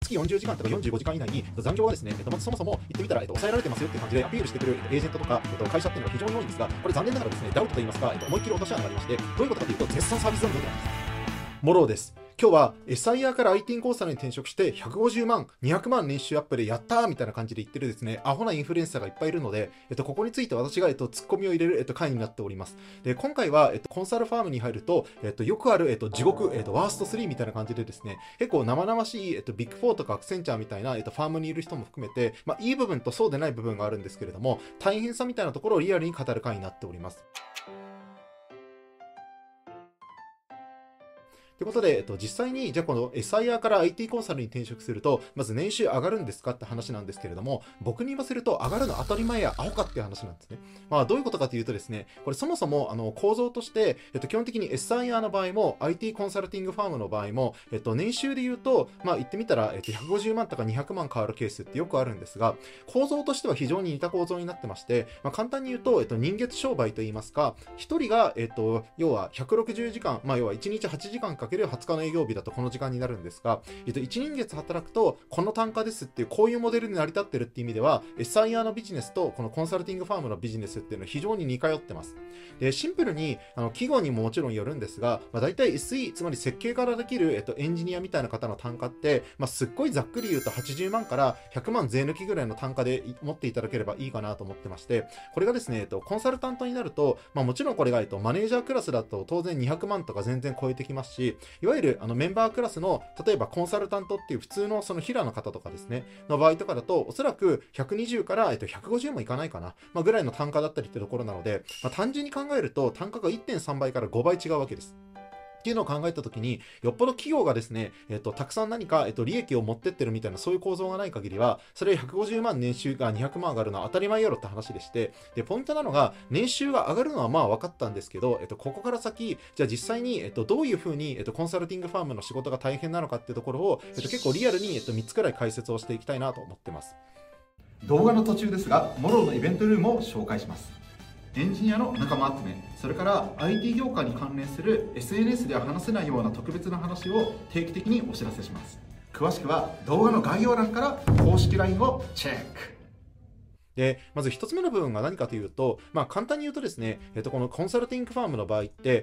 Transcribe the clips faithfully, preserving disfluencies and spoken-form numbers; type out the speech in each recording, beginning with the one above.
月よんじゅうじかんとかよんじゅうごじかん以内に残業はですね、えっと、まずそもそも言ってみたら、えっと、抑えられてますよっていう感じでアピールしてくるエージェントとか、えっと、会社っていうのが非常に多いんですが、これ残念ながらですね、ダウトと言いますか、えっと、思いっきり落とし穴がありまして、どういうことかというと、絶賛サービス残業なんです。もろです。今日は エスアイアール から アイティー コンサルに転職してひゃくごじゅうまん、にひゃくまん年収アップでやったーみたいな感じで言ってるですね、アホなインフルエンサーがいっぱいいるので、えっと、ここについて私が、えっと、ツッコミを入れる、えっと、回になっております。で、今回は、えっと、コンサルファームに入ると、えっと、よくある、えっと、地獄、えっと、ワーストスリーみたいな感じでですね、結構生々しい、えっと、ビッグフォーとかアクセンチャーみたいな、えっと、ファームにいる人も含めて、まあ、いい部分とそうでない部分があるんですけれども、大変さみたいなところをリアルに語る回になっております。ということで、えっと、実際に、じゃあこの エスアイアール から アイティー コンサルに転職すると、まず年収上がるんですかって話なんですけれども、僕に言わせると上がるの当たり前やアホかっていう話なんですね。まあどういうことかというとですね、これそもそもあの構造として、えっと、基本的に エスアイアール の場合も アイティー コンサルティングファームの場合も、えっと、年収で言うと、まあ言ってみたら、えっと、ひゃくごじゅうまんとかにひゃくまん変わるケースってよくあるんですが、構造としては非常に似た構造になってまして、まあ、簡単に言うと、えっと、人月商売といいますか、一人が、えっと、要はひゃくろくじゅうじかん、まあ要はいちにちはちじかんかけるはつかの営業日だとこの時間になるんですが、えっと、いちにん月働くとこの単価ですっていうこういうモデルに成り立ってるっていう意味では エスアイアール のビジネスとこのコンサルティングファームのビジネスっていうのは非常に似通ってます。でシンプルにあの企業にももちろんよるんですが、まあ、大体 エスイー つまり設計からできる、えっと、エンジニアみたいな方の単価って、まあ、すっごいざっくり言うとはちじゅうまんからひゃくまん税抜きぐらいの単価で持っていただければいいかなと思ってまして、これがですね、えっと、コンサルタントになると、まあ、もちろんこれが、えっと、マネージャークラスだと当然にひゃくまんとか全然超えてきますし、いわゆるあのメンバークラスの例えばコンサルタントっていう普通のその平の方とかですねの場合とかだとおそらくひゃくにじゅうから、えっと、ひゃくごじゅうもいかないかな、まあ、ぐらいの単価だったりってところなので、まあ、単純に考えると単価が いってんさんばいからごばい違うわけです。っていうのを考えたときに、よっぽど企業がですね、えっと、たくさん何か、えっと、利益を持ってってるみたいな、そういう構造がない限りは、それひゃくごじゅうまん年収がにひゃくまん上がるのは当たり前やろって話でして、で、ポイントなのが、年収が上がるのはまあ分かったんですけど、えっと、ここから先、じゃあ実際に、えっと、どういうふうに、えっと、コンサルティングファームの仕事が大変なのかっていうところを、えっと、結構リアルに、えっと、みっつくらい解説をしていきたいなと思ってます。動画の途中ですが、モローのイベントルームを紹介します。エンジニアの仲間集め、それから アイティー 業界に関連する エスエヌエス では話せないような特別な話を定期的にお知らせします。詳しくは動画の概要欄から公式 ライン をチェック。で、まず一つ目の部分が何かというと、まあ簡単に言うとですね、えっと、このコンサルティングファームの場合って、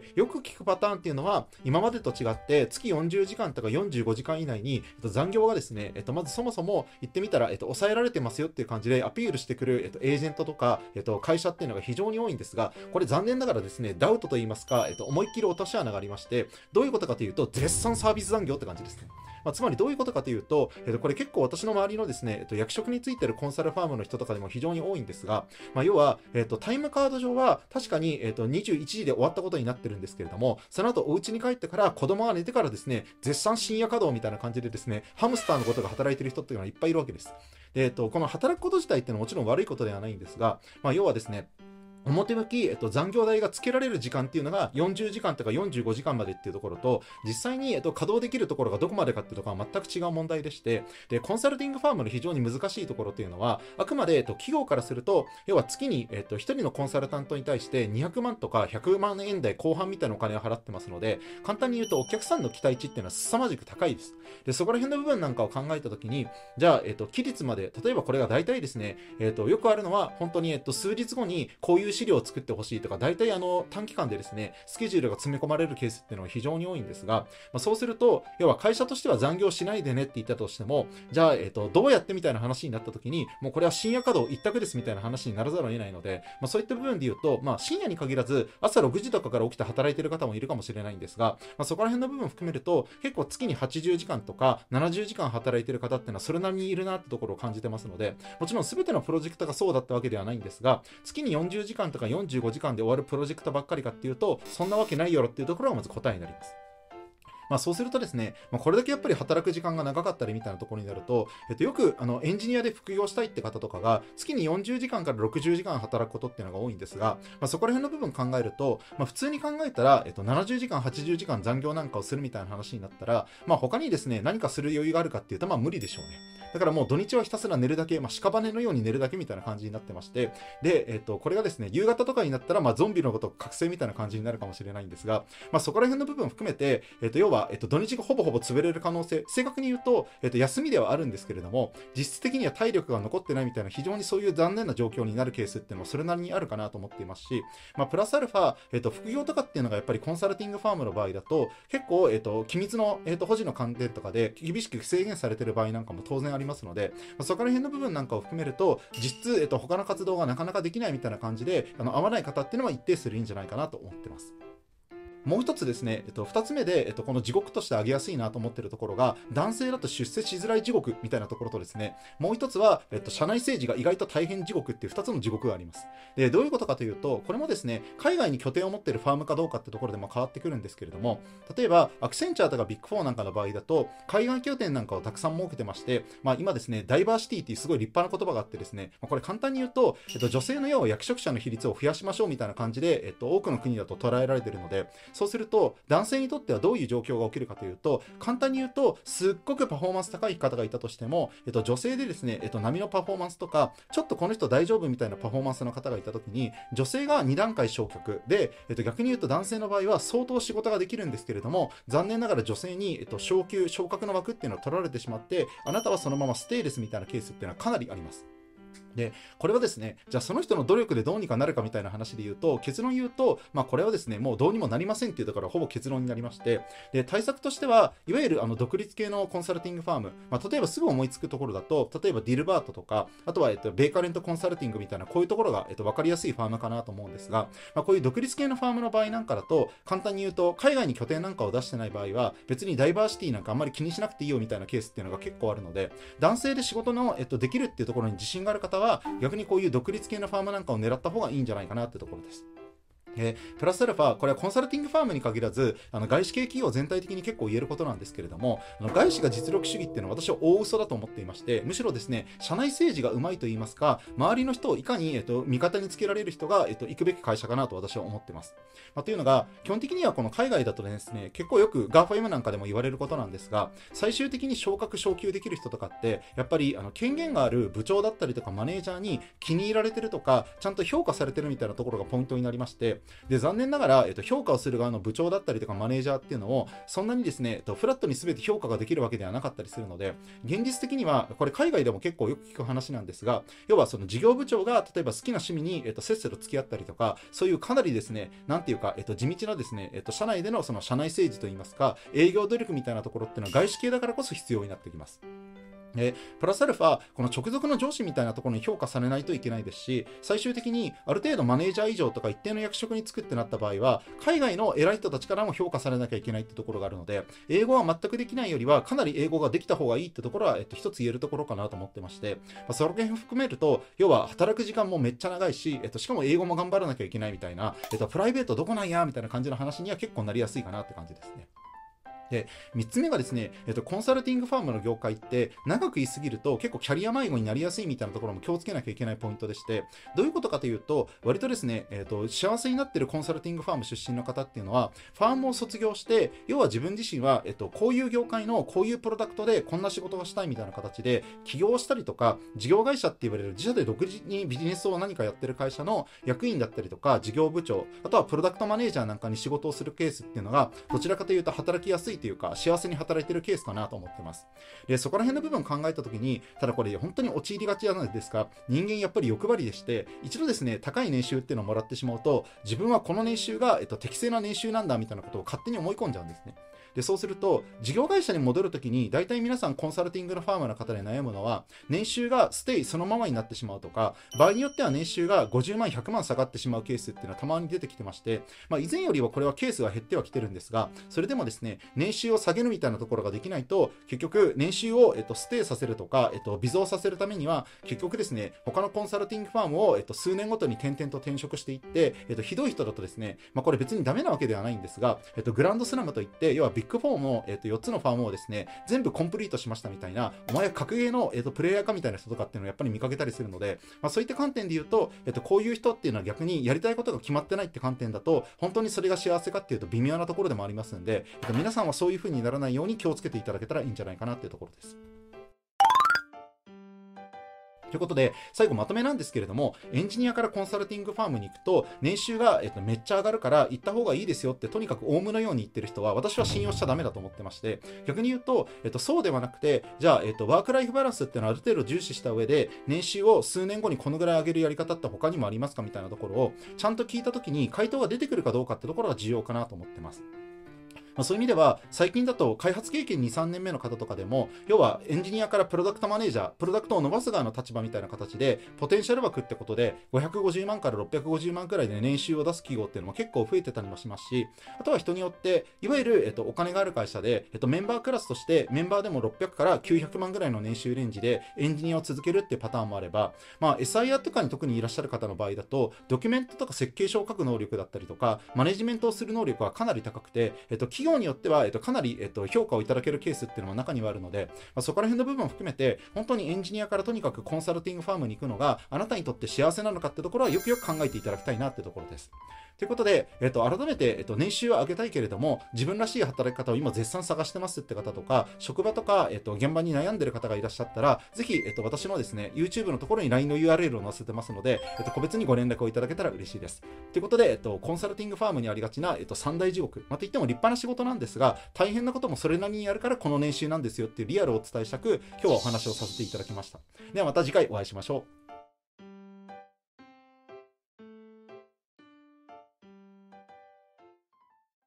よく聞くパターンっていうのは、今までと違って、月よんじゅうじかんとかよんじゅうごじかん以内に、えっと、残業がですね、えっと、まずそもそも言ってみたら、えっと、抑えられてますよっていう感じでアピールしてくる、えっと、エージェントとか、えっと、会社っていうのが非常に多いんですが、これ残念ながらですね、ダウトと言いますか、えっと、思いっきり落とし穴がありまして、どういうことかというと、絶賛サービス残業って感じですね。まあ、つまりどういうことかというと、えっと、これ結構私の周りのですね、えっと、役職についてるコンサルファームの人とかでも非常に多いんですが、まあ、要は、えっと、タイムカード上は確かに、えっと、にじゅういちじで終わったことになってるんですけれども、その後お家に帰ってから子供が寝てからですね、絶賛深夜稼働みたいな感じでですね、ハムスターのことが働いてる人っていうのはいっぱいいるわけです。で、えっと、この働くこと自体っていうのはもちろん悪いことではないんですが、まあ、要はですね、表向き、えっと、残業代がつけられる時間っていうのがよんじゅうじかんとかよんじゅうごじかんまでっていうところと、実際に、えっと、稼働できるところがどこまでかっていうところは全く違う問題でして、で、コンサルティングファームの非常に難しいところっていうのは、あくまで、えっと、企業からすると、要は月に、えっと、ひとりのコンサルタントに対してにひゃくまんとかひゃくまんえん台後半みたいなお金を払ってますので、簡単に言うとお客さんの期待値っていうのは凄まじく高いです。で、そこら辺の部分なんかを考えたときに、じゃあ、えっと、期日まで、例えばこれが大体ですね、えっと、よくあるのは、本当に、えっと、数日後にこういう資料を作ってほしいとか、大体あの短期間でですね、スケジュールが詰め込まれるケースっていうのは非常に多いんですが、まあ、そうすると、要は会社としては残業しないでねって言ったとしても、じゃあ、えっと、どうやってみたいな話になった時に、もうこれは深夜稼働一択ですみたいな話にならざるを得ないので、まあ、そういった部分で言うと、まあ、深夜に限らず、朝ろくじとかから起きて働いてる方もいるかもしれないんですが、まあ、そこら辺の部分を含めると、結構月にはちじゅうじかんとかななじゅうじかん働いてる方っていうのはそれなりにいるなってところを感じてますので、もちろん全てのプロジェクトがそうだったわけではないんですが、月によんじゅうじかんとかよんじゅうごじかんで終わるプロジェクトばっかりかっていうと、そんなわけないよろっていうところがまず答えになります。まあ、そうするとですね、まあ、これだけやっぱり働く時間が長かったりみたいなところになると、えっと、よくあのエンジニアで副業したいって方とかが月によんじゅうじかんからろくじゅうじかん働くことっていうのが多いんですが、まあ、そこら辺の部分考えると、まあ、普通に考えたら、えっと、ななじゅうじかんはちじゅうじかん残業なんかをするみたいな話になったら、まあ、他にですね何かする余裕があるかっていうとまあ無理でしょうね。 だからもう土日はひたすら寝るだけ、まあ、屍のように寝るだけみたいな感じになってまして、で、えっと、これがですね、夕方とかになったら、まあ、ゾンビのこと覚醒みたいな感じになるかもしれないんですが、まあ、そこら辺の部分を含めて、えっと、要は、えっと、土日がほぼほぼ潰れる可能性、正確に言うと、えっと、休みではあるんですけれども、実質的には体力が残ってないみたいな、非常にそういう残念な状況になるケースっていうのはそれなりにあるかなと思っていますし、まあ、プラスアルファ、えっと、副業とかっていうのがやっぱりコンサルティングファームの場合だと、結構、えっと、機密の、えっと、保持の観点とかで厳しく制限されている場合なんかも当然ありますので、まあ、そこら辺の部分なんかを含めると、実質、えっと、他の活動がなかなかできないみたいな感じで、あの合わない方っていうのは一定数いるんじゃないかなと思ってます。もう一つですね、えっと、二つ目で、えっと、この地獄として挙げやすいなと思っているところが、男性だと出世しづらい地獄みたいなところとですね、もう一つは、えっと、社内政治が意外と大変地獄っていう二つの地獄があります。で、どういうことかというと、これもですね、海外に拠点を持っているファームかどうかってところでも変わってくるんですけれども、例えば、アクセンチャーとかビッグフォーなんかの場合だと、海外拠点なんかをたくさん設けてまして、まあ今ですね、ダイバーシティっていうすごい立派な言葉があってですね、まあ、これ簡単に言うと、えっと、女性の要は役職者の比率を増やしましょうみたいな感じで、えっと、多くの国だと捉えられているので、そうすると、男性にとってはどういう状況が起きるかというと、簡単に言うと、すっごくパフォーマンス高い方がいたとしても、えっと、女性でですね、えっと、波のパフォーマンスとか、ちょっとこの人大丈夫みたいなパフォーマンスの方がいたときに、女性がに段階昇格で、えっと、逆に言うと男性の場合は相当仕事ができるんですけれども、残念ながら女性に、えっと、昇級、昇格の枠っていうのを取られてしまって、あなたはそのままステイレスみたいなケースっていうのはかなりあります。で、これはですね、じゃあその人の努力でどうにかなるかみたいな話で言うと、結論言うと、まあこれはですね、もうどうにもなりませんっていうところがほぼ結論になりまして、で、対策としては、いわゆるあの独立系のコンサルティングファーム、まあ例えばすぐ思いつくところだと、例えばディルバートとか、あとは、えっと、ベイカレントコンサルティングみたいな、こういうところが、えっと、わかりやすいファームかなと思うんですが、まあこういう独立系のファームの場合なんかだと、簡単に言うと、海外に拠点なんかを出してない場合は、別にダイバーシティなんかあんまり気にしなくていいよみたいなケースっていうのが結構あるので、男性で仕事の、えっと、できるっていうところに自信がある方は、逆にこういう独立系のファームなんかを狙った方がいいんじゃないかなってところです。えー、プラスアルファ、これはコンサルティングファームに限らず、あの外資系企業全体的に結構言えることなんですけれども、あの外資が実力主義っていうのは私は大嘘だと思っていまして、むしろですね、社内政治がうまいと言いますか、周りの人をいかに、えっと、味方につけられる人が、えっと、行くべき会社かなと私は思っています。まあ、というのが、基本的にはこの海外だとですね、結構よく ガーファエム なんかでも言われることなんですが、最終的に昇格昇級できる人とかって、やっぱりあの権限がある部長だったりとかマネージャーに気に入られてるとか、ちゃんと評価されてるみたいなところがポイントになりまして、で、残念ながらえっと、評価をする側の部長だったりとかマネージャーっていうのをそんなにですね、えっと、フラットに全て評価ができるわけではなかったりするので、現実的にはこれ海外でも結構よく聞く話なんですが、要はその事業部長が例えば好きな趣味に、えっと、せっせと付き合ったりとか、そういうかなりですね、なんていうか、えっと、地道なですね、えっと、社内でのその社内政治といいますか、営業努力みたいなところっていうのは外資系だからこそ必要になってきます。えプラスアルファ、この直属の上司みたいなところに評価されないといけないですし、最終的にある程度マネージャー以上とか一定の役職に就くってなった場合は、海外の偉い人たちからも評価されなきゃいけないってところがあるので、英語は全くできないよりは、かなり英語ができた方がいいってところは、えっと、一つ言えるところかなと思ってまして、まあ、その辺含めると、要は働く時間もめっちゃ長いし、えっと、しかも英語も頑張らなきゃいけないみたいな、えっと、プライベートどこなんやみたいな感じの話には結構なりやすいかなって感じですね。で、みっつめがですね、えっと、コンサルティングファームの業界って長く言いすぎると結構キャリア迷子になりやすいみたいなところも気をつけなきゃいけないポイントでして、どういうことかというと、割とですね、えっと、幸せになっているコンサルティングファーム出身の方っていうのは、ファームを卒業して、要は自分自身は、えっと、こういう業界のこういうプロダクトでこんな仕事がしたいみたいな形で起業したりとか、事業会社って言われる自社で独自にビジネスを何かやってる会社の役員だったりとか、事業部長、あとはプロダクトマネージャーなんかに仕事をするケースっていうのが、どちらかというと働きやすいというか、幸せに働いているケースかなと思ってます。で、そこら辺の部分を考えたときに、ただこれ本当に陥りがちじゃないですか。人間やっぱり欲張りでして、一度ですね、高い年収っていうのをもらってしまうと、自分はこの年収が、えっと、適正な年収なんだみたいなことを勝手に思い込んじゃうんですね。で、そうすると、事業会社に戻るときに、大体皆さんコンサルティングのファームの方で悩むのは、年収がステイそのままになってしまうとか、場合によっては年収がごじゅうまん、ひゃくまん下がってしまうケースっていうのはたまに出てきてまして、まあ、以前よりはこれはケースが減ってはきてるんですが、それでもですね、年収を下げるみたいなところができないと、結局、年収を、えっと、ステイさせるとか、えっと、微増させるためには、結局ですね、他のコンサルティングファームを、えっと、数年ごとに点々と転職していって、えっと、ひどい人だとですね、まあ、これ別にダメなわけではないんですが、えっと、グランドスラムといって、要はビッグフォーも、えっと、よっつのファームをですね、全部コンプリートしましたみたいな、お前は格ゲーの、えっと、プレイヤーかみたいな人とかっていうのをやっぱり見かけたりするので、まあ、そういった観点で言うと、えっと、こういう人っていうのは逆にやりたいことが決まってないって観点だと、本当にそれが幸せかっていうと微妙なところでもありますんで、えっと、皆さんはそういう風にならないように気をつけていただけたらいいんじゃないかなっていうところです。 ということで、最後まとめなんですけれども、エンジニアからコンサルティングファームに行くと、年収が、えっと、めっちゃ上がるから行った方がいいですよって、とにかくオウムのように言ってる人は、私は信用しちゃダメだと思ってまして、逆に言うと、えっと、そうではなくて、じゃあ、えっと、ワークライフバランスっていうのをある程度重視した上で、年収を数年後にこのぐらい上げるやり方って他にもありますかみたいなところを、ちゃんと聞いたときに回答が出てくるかどうかってところが重要かなと思ってます。まあ、そういう意味では、最近だと開発経験に、さんねんめの方とかでも、要はエンジニアからプロダクトマネージャー、プロダクトを伸ばす側の立場みたいな形で、ポテンシャル枠ってことで、ごひゃくごじゅうまんからろっぴゃくごじゅうまんくらいで年収を出す企業っていうのも結構増えてたりもしますし、あとは人によって、いわゆる、えっと、お金がある会社で、えっと、メンバークラスとして、メンバーでもろっぴゃくからきゅうひゃくまんぐらいの年収レンジでエンジニアを続けるっていうパターンもあれば、まあ、エスアイアール とかに特にいらっしゃる方の場合だと、ドキュメントとか設計書を書く能力だったりとか、マネジメントをする能力はかなり高くて、えっと、企業によっては、えっと、かなり、えっと、評価をいただけるケースっていうのも中にはあるので、まあ、そこら辺の部分を含めて、本当にエンジニアからとにかくコンサルティングファームに行くのがあなたにとって幸せなのかってところはよくよく考えていただきたいなってところです。ということで、えっと、改めて、えっと、年収を上げたいけれども、自分らしい働き方を今絶賛探してますって方とか、職場とか、えっと、現場に悩んでる方がいらっしゃったら、ぜひ、えっと、私のですね、YouTube のところに ライン の ユーアールエル を載せてますので、えっと、個別にご連絡をいただけたら嬉しいです。ということで、えっと、コンサルティングファームにありがちな、えっと、三大地獄。まあ、といっても立派な仕事なんですが、大変なこともそれなりにやるからこの年収なんですよっていうリアルをお伝えしたく、今日はお話をさせていただきました。ではまた次回お会いしましょう。